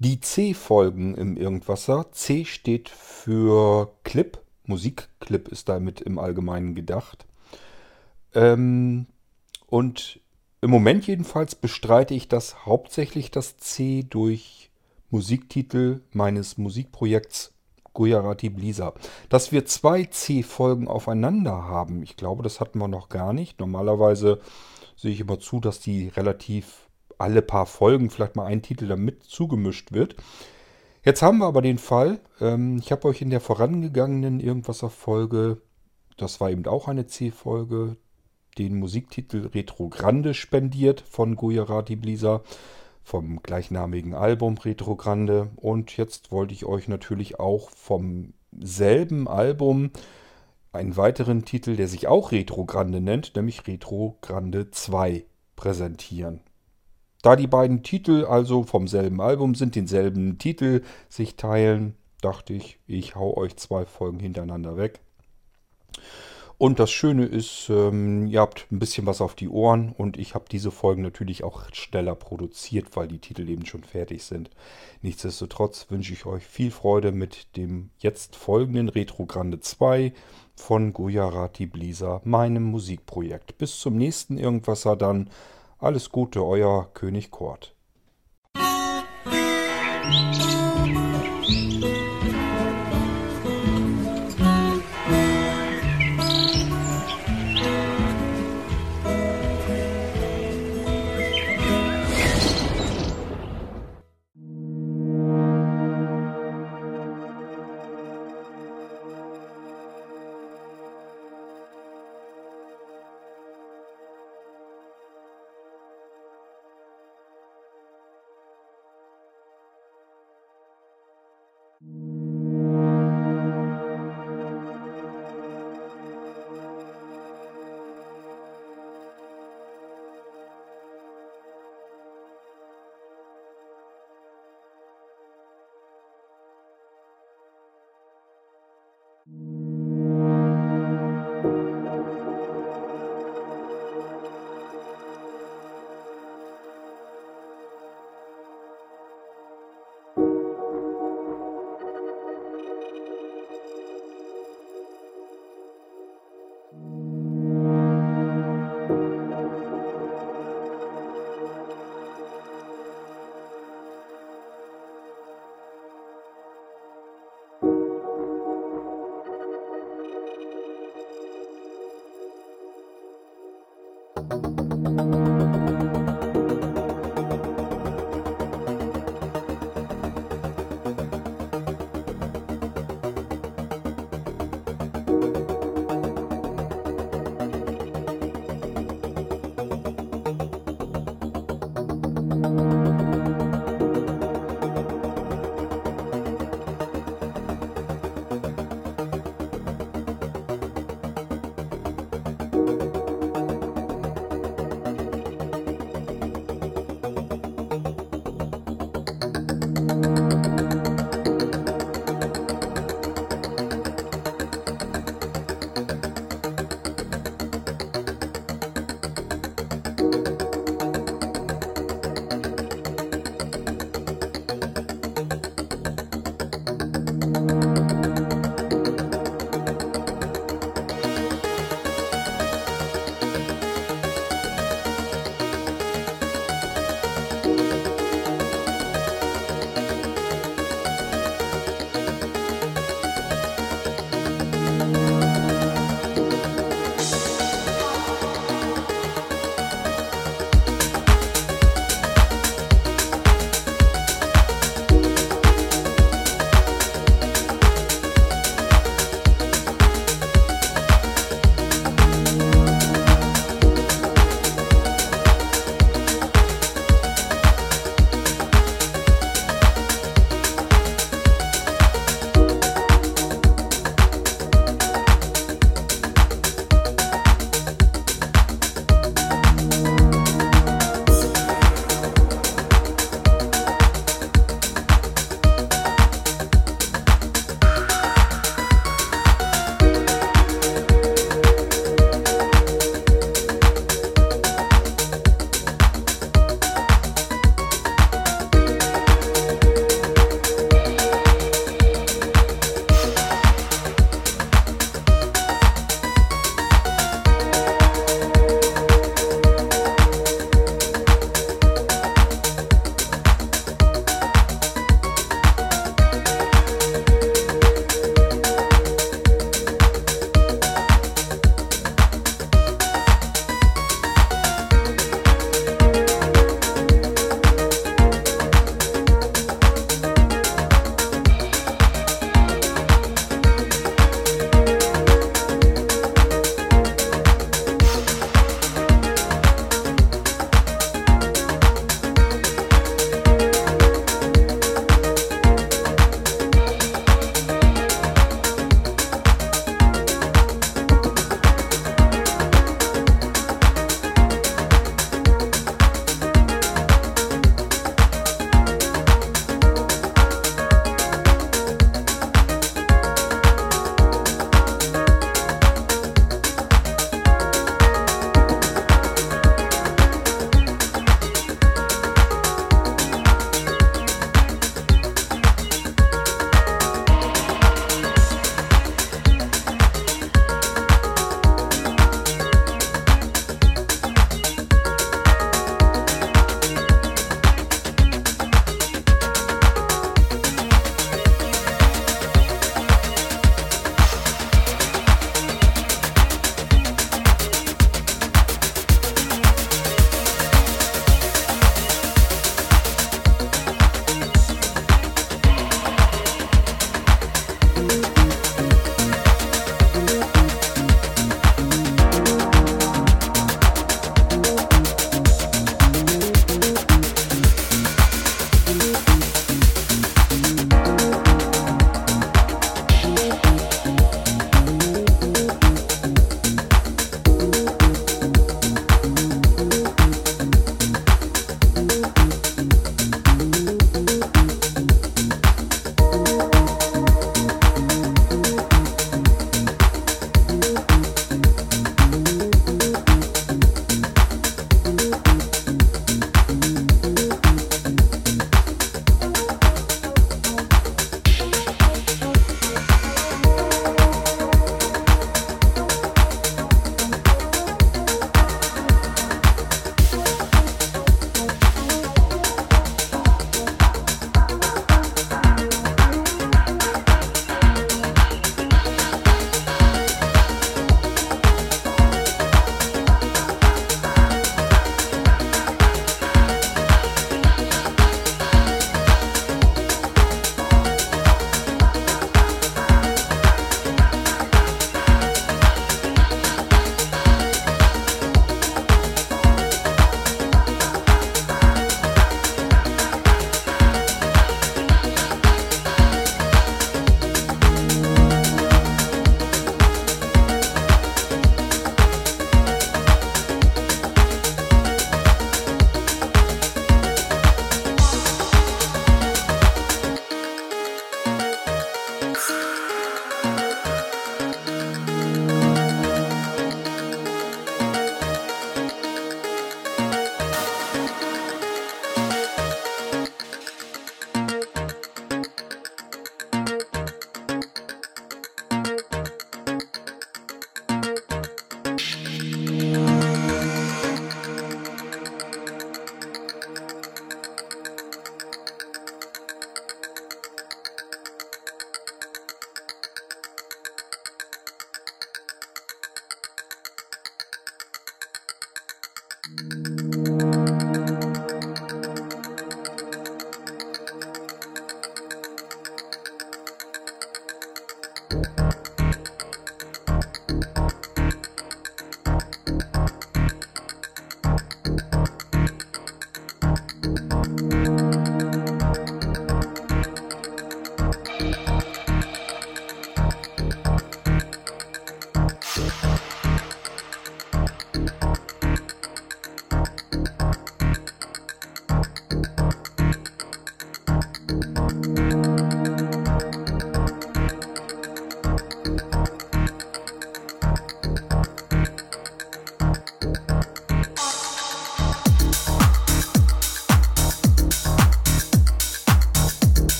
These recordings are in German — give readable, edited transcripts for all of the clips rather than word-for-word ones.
Die C-Folgen im Irgendwasser. C steht für Clip. Musikclip ist damit im Allgemeinen gedacht. Ähm, und im Moment jedenfalls bestreite ich das hauptsächlich das C durch Musiktitel meines Musikprojekts Gujarati Blisa. Dass wir zwei C-Folgen aufeinander haben, ich glaube, das hatten wir noch gar nicht. Normalerweise sehe ich immer zu, dass die relativ alle paar Folgen vielleicht mal ein Titel damit zugemischt wird. Jetzt haben wir aber den Fall, ich habe euch in der vorangegangenen Irgendwasser-Folge, das war eben auch eine C-Folge, den Musiktitel Retro Grande spendiert von Gujarati Blisa vom gleichnamigen Album Retro Grande. Und jetzt wollte ich euch natürlich auch vom selben Album einen weiteren Titel, der sich auch Retro Grande nennt, nämlich Retro Grande 2 präsentieren. Da die beiden Titel also vom selben Album sind, denselben Titel sich teilen, dachte ich, ich hau euch zwei Folgen hintereinander weg. Und das Schöne ist, ihr habt ein bisschen was auf die Ohren und ich habe diese Folgen natürlich auch schneller produziert, weil die Titel eben schon fertig sind. Nichtsdestotrotz wünsche ich euch viel Freude mit dem jetzt folgenden Retro Grande 2 von Gujarati Blisa, meinem Musikprojekt. Bis zum nächsten Irgendwasser dann. Alles Gute, euer König Kort.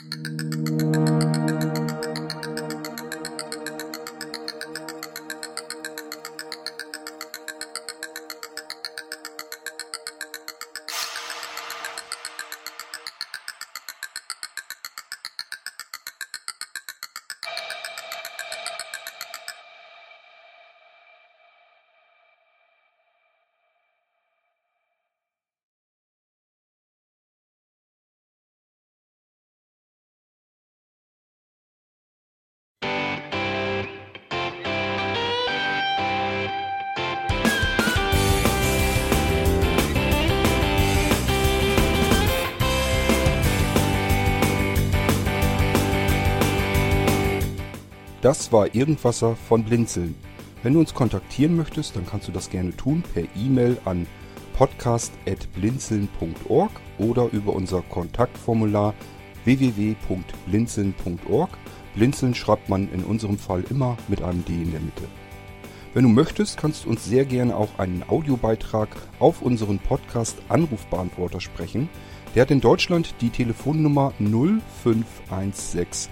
Das war Irgendwasser von Blinzeln. Wenn du uns kontaktieren möchtest, dann kannst du das gerne tun per E-Mail an podcast@blinzeln.org oder über unser Kontaktformular www.blinzeln.org. Blinzeln schreibt man in unserem Fall immer mit einem D in der Mitte. Wenn du möchtest, kannst du uns sehr gerne auch einen Audiobeitrag auf unseren Podcast Anrufbeantworter sprechen. Der hat in Deutschland die Telefonnummer 05165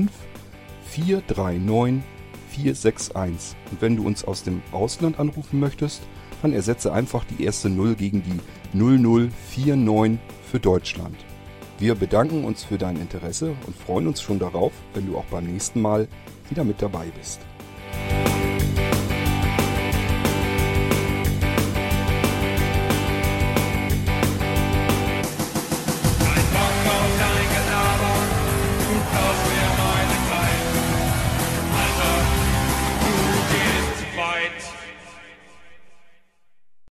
439 461. Und wenn du uns aus dem Ausland anrufen möchtest, dann ersetze einfach die erste 0 gegen die 0049 für Deutschland. Wir bedanken uns für dein Interesse und freuen uns schon darauf, wenn du auch beim nächsten Mal wieder mit dabei bist.